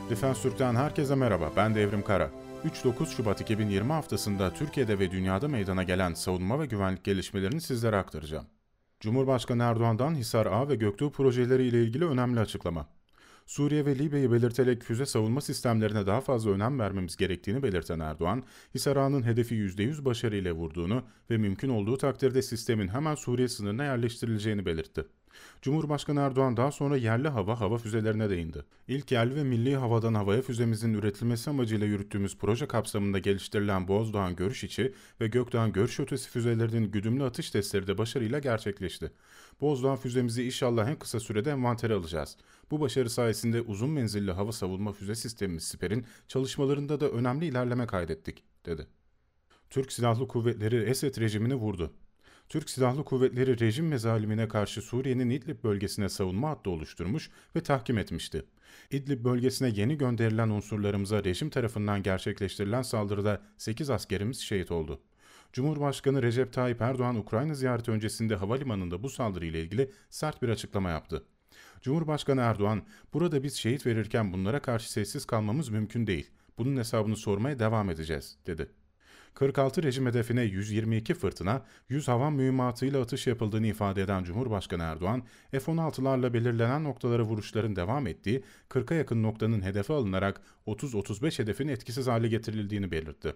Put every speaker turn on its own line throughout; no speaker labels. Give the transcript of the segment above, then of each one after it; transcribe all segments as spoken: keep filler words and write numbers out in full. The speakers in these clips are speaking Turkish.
Defense Türk'ten herkese merhaba, ben Devrim Kara. üç dokuz Şubat iki bin yirmi haftasında Türkiye'de ve dünyada meydana gelen savunma ve güvenlik gelişmelerini sizlere aktaracağım. Cumhurbaşkanı Erdoğan'dan Hisar A ve Göktuğ projeleri ile ilgili önemli açıklama. Suriye ve Libya'yı belirterek füze savunma sistemlerine daha fazla önem vermemiz gerektiğini belirten Erdoğan, Hisar A'nın hedefi yüzde yüz başarıyla vurduğunu ve mümkün olduğu takdirde sistemin hemen Suriye sınırına yerleştirileceğini belirtti. Cumhurbaşkanı Erdoğan daha sonra yerli hava hava füzelerine değindi. İlk yerli ve milli havadan havaya füzemizin üretilmesi amacıyla yürüttüğümüz proje kapsamında geliştirilen Bozdoğan görüş içi ve Gökdoğan görüş ötesi füzelerinin güdümlü atış testleri de başarıyla gerçekleşti. Bozdoğan füzemizi inşallah en kısa sürede envantere alacağız. Bu başarı sayesinde uzun menzilli hava savunma füze sistemimiz Siper'in çalışmalarında da önemli ilerleme kaydettik, dedi. Türk Silahlı Kuvvetleri Esed rejimini vurdu. Türk Silahlı Kuvvetleri rejim mezalimine karşı Suriye'nin İdlib bölgesine savunma hattı oluşturmuş ve tahkim etmişti. İdlib bölgesine yeni gönderilen unsurlarımıza rejim tarafından gerçekleştirilen saldırıda sekiz askerimiz şehit oldu. Cumhurbaşkanı Recep Tayyip Erdoğan Ukrayna ziyareti öncesinde havalimanında bu saldırıyla ilgili sert bir açıklama yaptı. Cumhurbaşkanı Erdoğan, "Burada biz şehit verirken bunlara karşı sessiz kalmamız mümkün değil. Bunun hesabını sormaya devam edeceğiz," dedi. kırk altı rejim hedefine yüz yirmi iki fırtına, yüz havan mühimmatıyla atış yapıldığını ifade eden Cumhurbaşkanı Erdoğan, F on altılarla belirlenen noktalara vuruşların devam ettiği, kırka yakın noktanın hedefe alınarak otuz otuz beş hedefin etkisiz hale getirildiğini belirtti.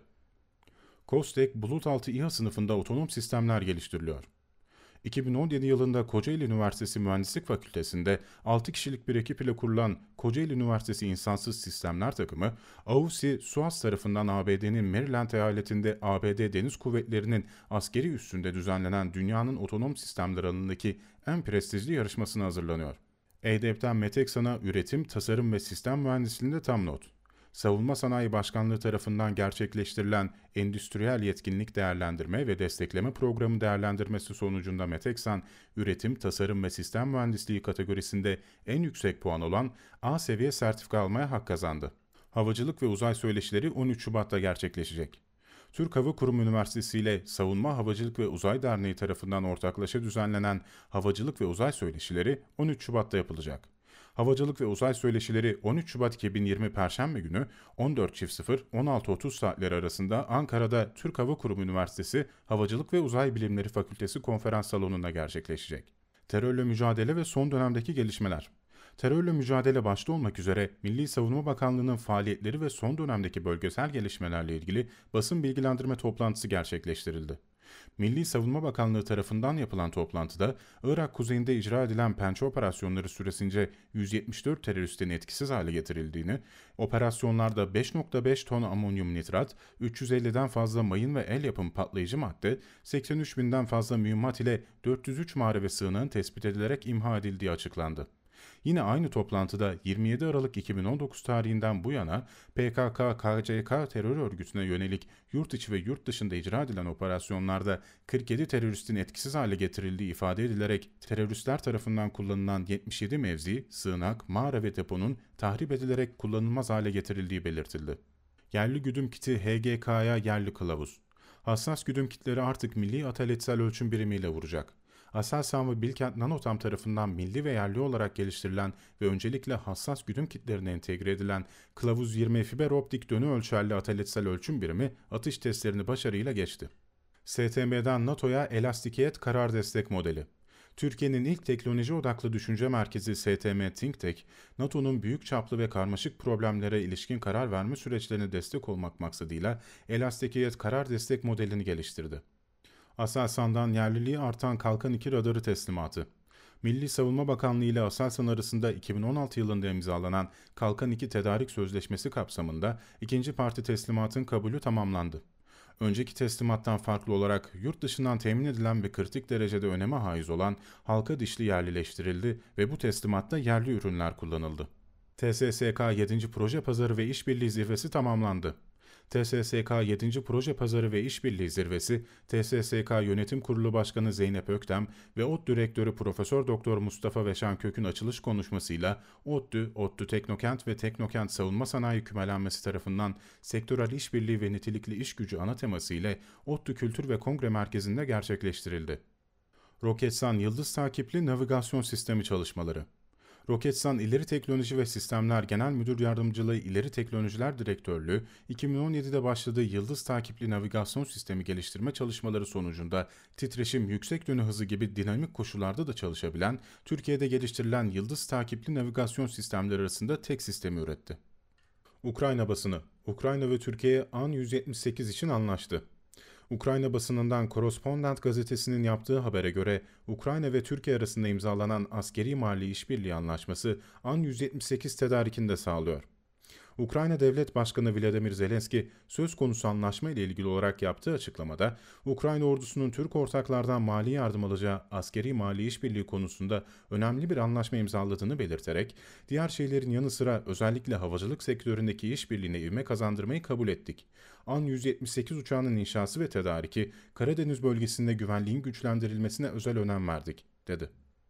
KOSTEK, bulut altı İHA sınıfında otonom sistemler geliştiriliyor. iki bin on yedi yılında Kocaeli Üniversitesi Mühendislik Fakültesi'nde altı kişilik bir ekip ile kurulan Kocaeli Üniversitesi İnsansız Sistemler takımı, A U S I SUAS tarafından A B D'nin Maryland eyaletinde A B D Deniz Kuvvetleri'nin askeri üssünde düzenlenen dünyanın otonom sistemler alanındaki en prestijli yarışmasına hazırlanıyor. E D E B'den METEXAN'a üretim, tasarım ve sistem mühendisliğinde tam not. Savunma Sanayi Başkanlığı tarafından gerçekleştirilen Endüstriyel Yetkinlik Değerlendirme ve Destekleme Programı değerlendirmesi sonucunda METEXAN, üretim, tasarım ve sistem mühendisliği kategorisinde en yüksek puan olan A seviye sertifika almaya hak kazandı. Havacılık ve Uzay Söyleşileri on üç Şubat'ta gerçekleşecek. Türk Hava Kurumu Üniversitesi ile Savunma Havacılık ve Uzay Derneği tarafından ortaklaşa düzenlenen Havacılık ve Uzay Söyleşileri on üç Şubat'ta yapılacak. Havacılık ve Uzay Söyleşileri on üç Şubat iki bin yirmi Perşembe günü on dört - on altı otuz saatleri arasında Ankara'da Türk Hava Kurumu Üniversitesi Havacılık ve Uzay Bilimleri Fakültesi konferans salonunda gerçekleşecek. Terörle mücadele ve son dönemdeki gelişmeler. Terörle mücadele başta olmak üzere Milli Savunma Bakanlığı'nın faaliyetleri ve son dönemdeki bölgesel gelişmelerle ilgili basın bilgilendirme toplantısı gerçekleştirildi. Milli Savunma Bakanlığı tarafından yapılan toplantıda Irak kuzeyinde icra edilen pençe operasyonları süresince yüz yetmiş dört teröristin etkisiz hale getirildiğini, operasyonlarda beş nokta beş ton amonyum nitrat, üç yüz elliden fazla mayın ve el yapım patlayıcı madde, seksen üç binden fazla mühimmat ile dört yüz üç mağara ve sığınağın tespit edilerek imha edildiği açıklandı. Yine aynı toplantıda yirmi yedi Aralık iki bin on dokuz tarihinden bu yana P K K K C K terör örgütüne yönelik yurt içi ve yurt dışında icra edilen operasyonlarda kırk yedi teröristin etkisiz hale getirildiği ifade edilerek teröristler tarafından kullanılan yetmiş yedi mevzi, sığınak, mağara ve deponun tahrip edilerek kullanılmaz hale getirildiği belirtildi. Yerli güdüm kiti H G K'ya yerli kılavuz. Hassas güdüm kitleri artık milli ataletsel ölçüm birimiyle vuracak. Aselsan ve Bilkent Nanotam tarafından milli ve yerli olarak geliştirilen ve öncelikle hassas güdüm kitlerine entegre edilen Kılavuz yirmi fiber optik dönü ölçerli ataletsel ölçüm birimi atış testlerini başarıyla geçti. S T M'den NATO'ya elastikiyet karar destek modeli. Türkiye'nin ilk teknoloji odaklı düşünce merkezi S T M Think Tank, NATO'nun büyük çaplı ve karmaşık problemlere ilişkin karar verme süreçlerine destek olmak maksadıyla elastikiyet karar destek modelini geliştirdi. Aselsan'dan yerliliği artan Kalkan iki radarı teslimatı. Milli Savunma Bakanlığı ile Aselsan arasında iki bin on altı yılında imzalanan Kalkan iki tedarik sözleşmesi kapsamında ikinci parti teslimatın kabulü tamamlandı. Önceki teslimattan farklı olarak yurt dışından temin edilen ve kritik derecede öneme haiz olan halka dişli yerlileştirildi ve bu teslimatta yerli ürünler kullanıldı. T S S K yedinci Proje Pazarı ve İşbirliği Zirvesi tamamlandı. T S S K yedinci Proje Pazarı ve İşbirliği Zirvesi, T S S K Yönetim Kurulu Başkanı Zeynep Öktem ve ODTÜ Direktörü Profesör Doktor Mustafa Veşan Kök'ün açılış konuşmasıyla ODTÜ, ODTÜ Teknokent ve Teknokent Savunma Sanayi Kümelenmesi tarafından sektörel işbirliği ve nitelikli iş gücü ana teması ile ODTÜ Kültür ve Kongre Merkezi'nde gerçekleştirildi. Roketsan Yıldız Takipli Navigasyon Sistemi çalışmaları. Roketsan İleri Teknoloji ve Sistemler Genel Müdür Yardımcılığı İleri Teknolojiler Direktörlüğü, iki bin on yedide başladığı yıldız takipli navigasyon sistemi geliştirme çalışmaları sonucunda titreşim, yüksek dönü hızı gibi dinamik koşullarda da çalışabilen, Türkiye'de geliştirilen yıldız takipli navigasyon sistemleri arasında tek sistemi üretti. Ukrayna basını, Ukrayna ve Türkiye An yüz yetmiş sekiz için anlaştı. Ukrayna basınından Korespondent gazetesinin yaptığı habere göre Ukrayna ve Türkiye arasında imzalanan askeri mali işbirliği anlaşması An yüz yetmiş sekiz tedarikini de sağlıyor. Ukrayna Devlet Başkanı Volodymyr Zelenski söz konusu anlaşma ile ilgili olarak yaptığı açıklamada Ukrayna ordusunun Türk ortaklardan mali yardım alacağı askeri mali işbirliği konusunda önemli bir anlaşma imzaladığını belirterek diğer şeylerin yanı sıra özellikle havacılık sektöründeki işbirliğine ivme kazandırmayı kabul ettik. An yüz yetmiş sekiz uçağının inşası ve tedariki Karadeniz bölgesinde güvenliğin güçlendirilmesine özel önem verdik, dedi.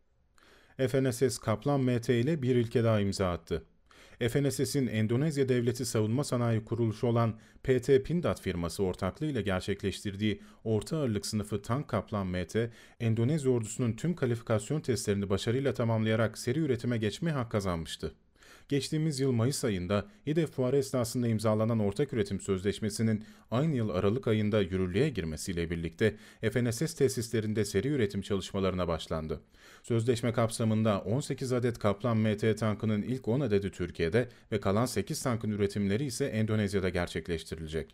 F N S S Kaplan M T ile bir ilke daha imza attı. F N S S'in Endonezya Devleti Savunma Sanayi Kuruluşu olan P T Pindad firması ortaklığıyla gerçekleştirdiği orta ağırlık sınıfı tank Kaplan M T, Endonezya ordusunun tüm kalifikasyon testlerini başarıyla tamamlayarak seri üretime geçmeye hak kazanmıştı. Geçtiğimiz yıl Mayıs ayında İDEF fuarı esnasında imzalanan ortak üretim sözleşmesinin aynı yıl Aralık ayında yürürlüğe girmesiyle birlikte F N S S tesislerinde seri üretim çalışmalarına başlandı. Sözleşme kapsamında on sekiz adet Kaplan M T tankının ilk on adedi Türkiye'de ve kalan sekiz tankın üretimleri ise Endonezya'da gerçekleştirilecek.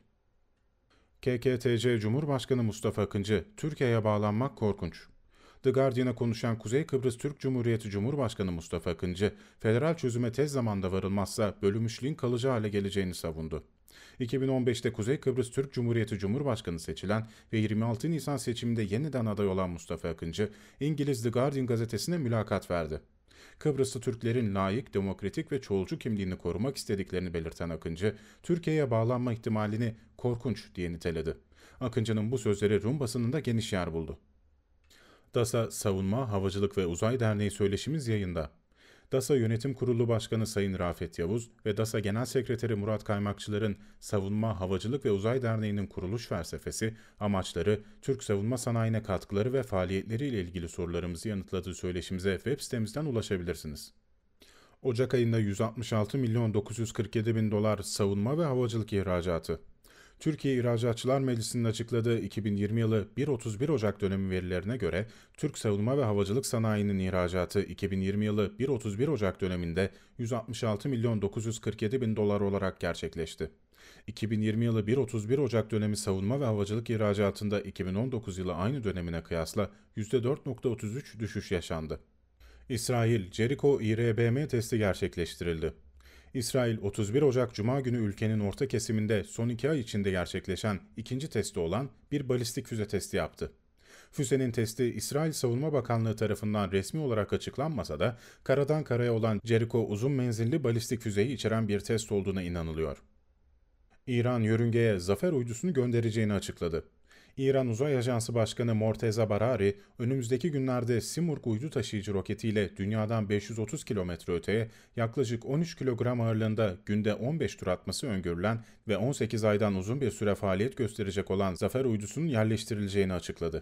K K T C Cumhurbaşkanı Mustafa Akıncı, Türkiye'ye bağlanmak korkunç. The Guardian'a konuşan Kuzey Kıbrıs Türk Cumhuriyeti Cumhurbaşkanı Mustafa Akıncı, federal çözüme tez zamanda varılmazsa bölünmüşlüğün kalıcı hale geleceğini savundu. iki bin on beşte Kuzey Kıbrıs Türk Cumhuriyeti Cumhurbaşkanı seçilen ve yirmi altı Nisan seçiminde yeniden aday olan Mustafa Akıncı, İngiliz The Guardian gazetesine mülakat verdi. Kıbrıslı Türklerin layık, demokratik ve çoğulcu kimliğini korumak istediklerini belirten Akıncı, Türkiye'ye bağlanma ihtimalini korkunç diye niteledi. Akıncı'nın bu sözleri Rum basınında geniş yer buldu. DASA Savunma, Havacılık ve Uzay Derneği söyleşimiz yayında. DASA Yönetim Kurulu Başkanı Sayın Rafet Yavuz ve DASA Genel Sekreteri Murat Kaymakçılar'ın Savunma, Havacılık ve Uzay Derneği'nin kuruluş felsefesi, amaçları, Türk savunma sanayine katkıları ve faaliyetleriyle ilgili sorularımızı yanıtladığı söyleşimize web sitemizden ulaşabilirsiniz. Ocak ayında yüz altmış altı milyon dokuz yüz kırk yedi bin dolar savunma ve havacılık ihracatı. Türkiye İhracatçılar Meclisi'nin açıkladığı iki bin yirmi yılı bir otuz bir Ocak dönemi verilerine göre Türk savunma ve havacılık sanayinin ihracatı iki bin yirmi yılı bir otuz bir Ocak döneminde yüz altmış altı milyon dokuz yüz kırk yedi bin dolar olarak gerçekleşti. iki bin yirmi yılı bir otuz bir Ocak dönemi savunma ve havacılık ihracatında iki bin on dokuz yılı aynı dönemine kıyasla yüzde dört virgül otuz üç düşüş yaşandı. İsrail, Jericho İ R B M testi gerçekleştirildi. İsrail, otuz bir Ocak Cuma günü ülkenin orta kesiminde son iki ay içinde gerçekleşen ikinci testi olan bir balistik füze testi yaptı. Füzenin testi İsrail Savunma Bakanlığı tarafından resmi olarak açıklanmasa da karadan karaya olan Jericho uzun menzilli balistik füzeyi içeren bir test olduğuna inanılıyor. İran, yörüngeye Zafer uydusunu göndereceğini açıkladı. İran Uzay Ajansı Başkanı Morteza Barari, önümüzdeki günlerde Simurg uydu taşıyıcı roketiyle dünyadan beş yüz otuz kilometre öteye yaklaşık on üç kilogram ağırlığında günde on beş tur atması öngörülen ve on sekiz aydan uzun bir süre faaliyet gösterecek olan Zafer uydusunun yerleştirileceğini açıkladı.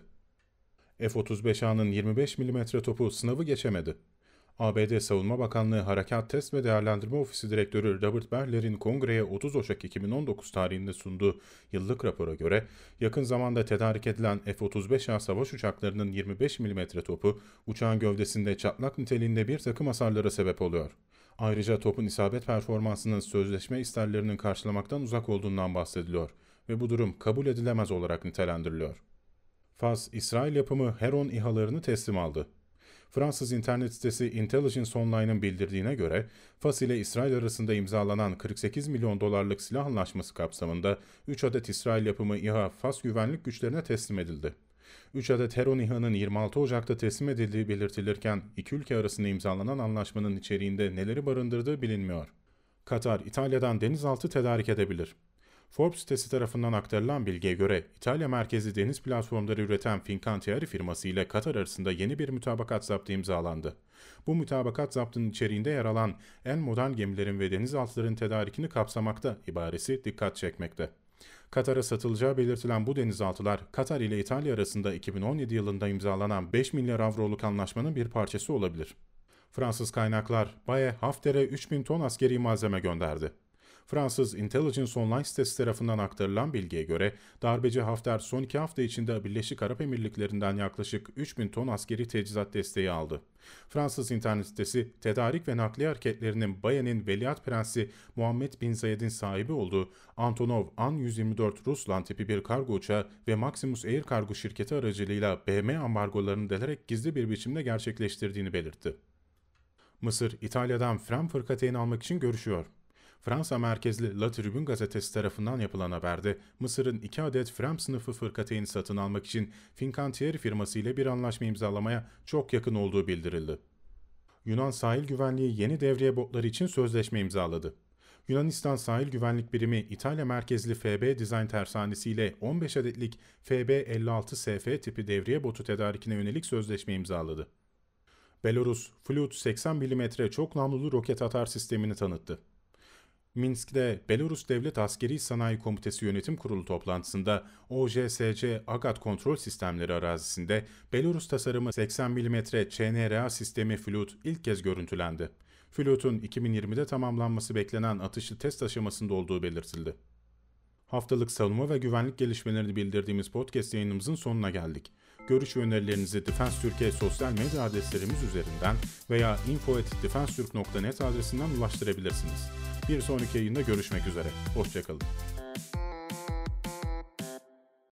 F otuz beş A'nın yirmi beş milimetre topu sınavı geçemedi. A B D Savunma Bakanlığı Harekat Test ve Değerlendirme Ofisi Direktörü Robert Berler'in kongreye otuz Ocak iki bin on dokuz tarihinde sunduğu yıllık rapora göre yakın zamanda tedarik edilen F otuz beş A savaş uçaklarının yirmi beş milimetre topu uçağın gövdesinde çatlak niteliğinde bir takım hasarlara sebep oluyor. Ayrıca topun isabet performansının sözleşme isterlerinin karşılamaktan uzak olduğundan bahsediliyor ve bu durum kabul edilemez olarak nitelendiriliyor. Fas, İsrail yapımı Heron İHA'larını teslim aldı. Fransız internet sitesi Intelligence Online'ın bildirdiğine göre, Fas ile İsrail arasında imzalanan kırk sekiz milyon dolarlık silah anlaşması kapsamında üç adet İsrail yapımı İHA Fas güvenlik güçlerine teslim edildi. üç adet Heron İHA'nın yirmi altı Ocak'ta teslim edildiği belirtilirken, iki ülke arasında imzalanan anlaşmanın içeriğinde neleri barındırdığı bilinmiyor. Katar, İtalya'dan denizaltı tedarik edebilir. Forbes sitesi tarafından aktarılan bilgiye göre İtalya merkezli deniz platformları üreten Fincantieri firması ile Katar arasında yeni bir mütabakat zaptı imzalandı. Bu mütabakat zaptının içeriğinde yer alan en modern gemilerin ve denizaltıların tedarikini kapsamakta ibaresi dikkat çekmekte. Katar'a satılacağı belirtilen bu denizaltılar Katar ile İtalya arasında iki bin on yedi yılında imzalanan beş milyar avroluk anlaşmanın bir parçası olabilir. Fransız kaynaklar Baye Hafter'e üç bin ton askeri malzeme gönderdi. Fransız Intelligence Online sitesi tarafından aktarılan bilgiye göre darbeci Hafter son iki hafta içinde Birleşik Arap Emirlikleri'nden yaklaşık üç bin ton askeri teçhizat desteği aldı. Fransız internet sitesi tedarik ve nakliye hareketlerinin Baye'nin Veliaht Prensi Muhammed Bin Zayed'in sahibi olduğu Antonov An yüz yirmi dört Ruslan tipi bir kargo uçağı ve Maximus Air Kargo şirketi aracılığıyla B M ambargolarını delerek gizli bir biçimde gerçekleştirdiğini belirtti. Mısır, İtalya'dan Fram fırkateyn almak için görüşüyor. Fransa merkezli La Tribune gazetesi tarafından yapılan haberde Mısır'ın iki adet Fram sınıfı fırkateyni satın almak için Fincantieri firması ile bir anlaşma imzalamaya çok yakın olduğu bildirildi. Yunan Sahil Güvenliği yeni devriye botları için sözleşme imzaladı. Yunanistan Sahil Güvenlik Birimi İtalya merkezli F B Design tersanesi ile on beş adetlik F B elli altı S F tipi devriye botu tedarikine yönelik sözleşme imzaladı. Belarus, Flut seksen milimetre çok namlulu roket atar sistemini tanıttı. Minsk'te Belarus Devlet Askeri Sanayi Komitesi Yönetim Kurulu toplantısında O J S C AGAT kontrol sistemleri arazisinde Belarus tasarımı seksen milimetre Ç N R A sistemi Flut ilk kez görüntülendi. Flut'un iki bin yirmide tamamlanması beklenen atışlı test aşamasında olduğu belirtildi. Haftalık savunma ve güvenlik gelişmelerini bildirdiğimiz podcast yayınımızın sonuna geldik. Görüş ve önerilerinizi Defense Türkiye sosyal medya adreslerimiz üzerinden veya info at defense türk nokta net adresinden ulaştırabilirsiniz. Bir sonraki yayında görüşmek üzere. Hoşça kalın.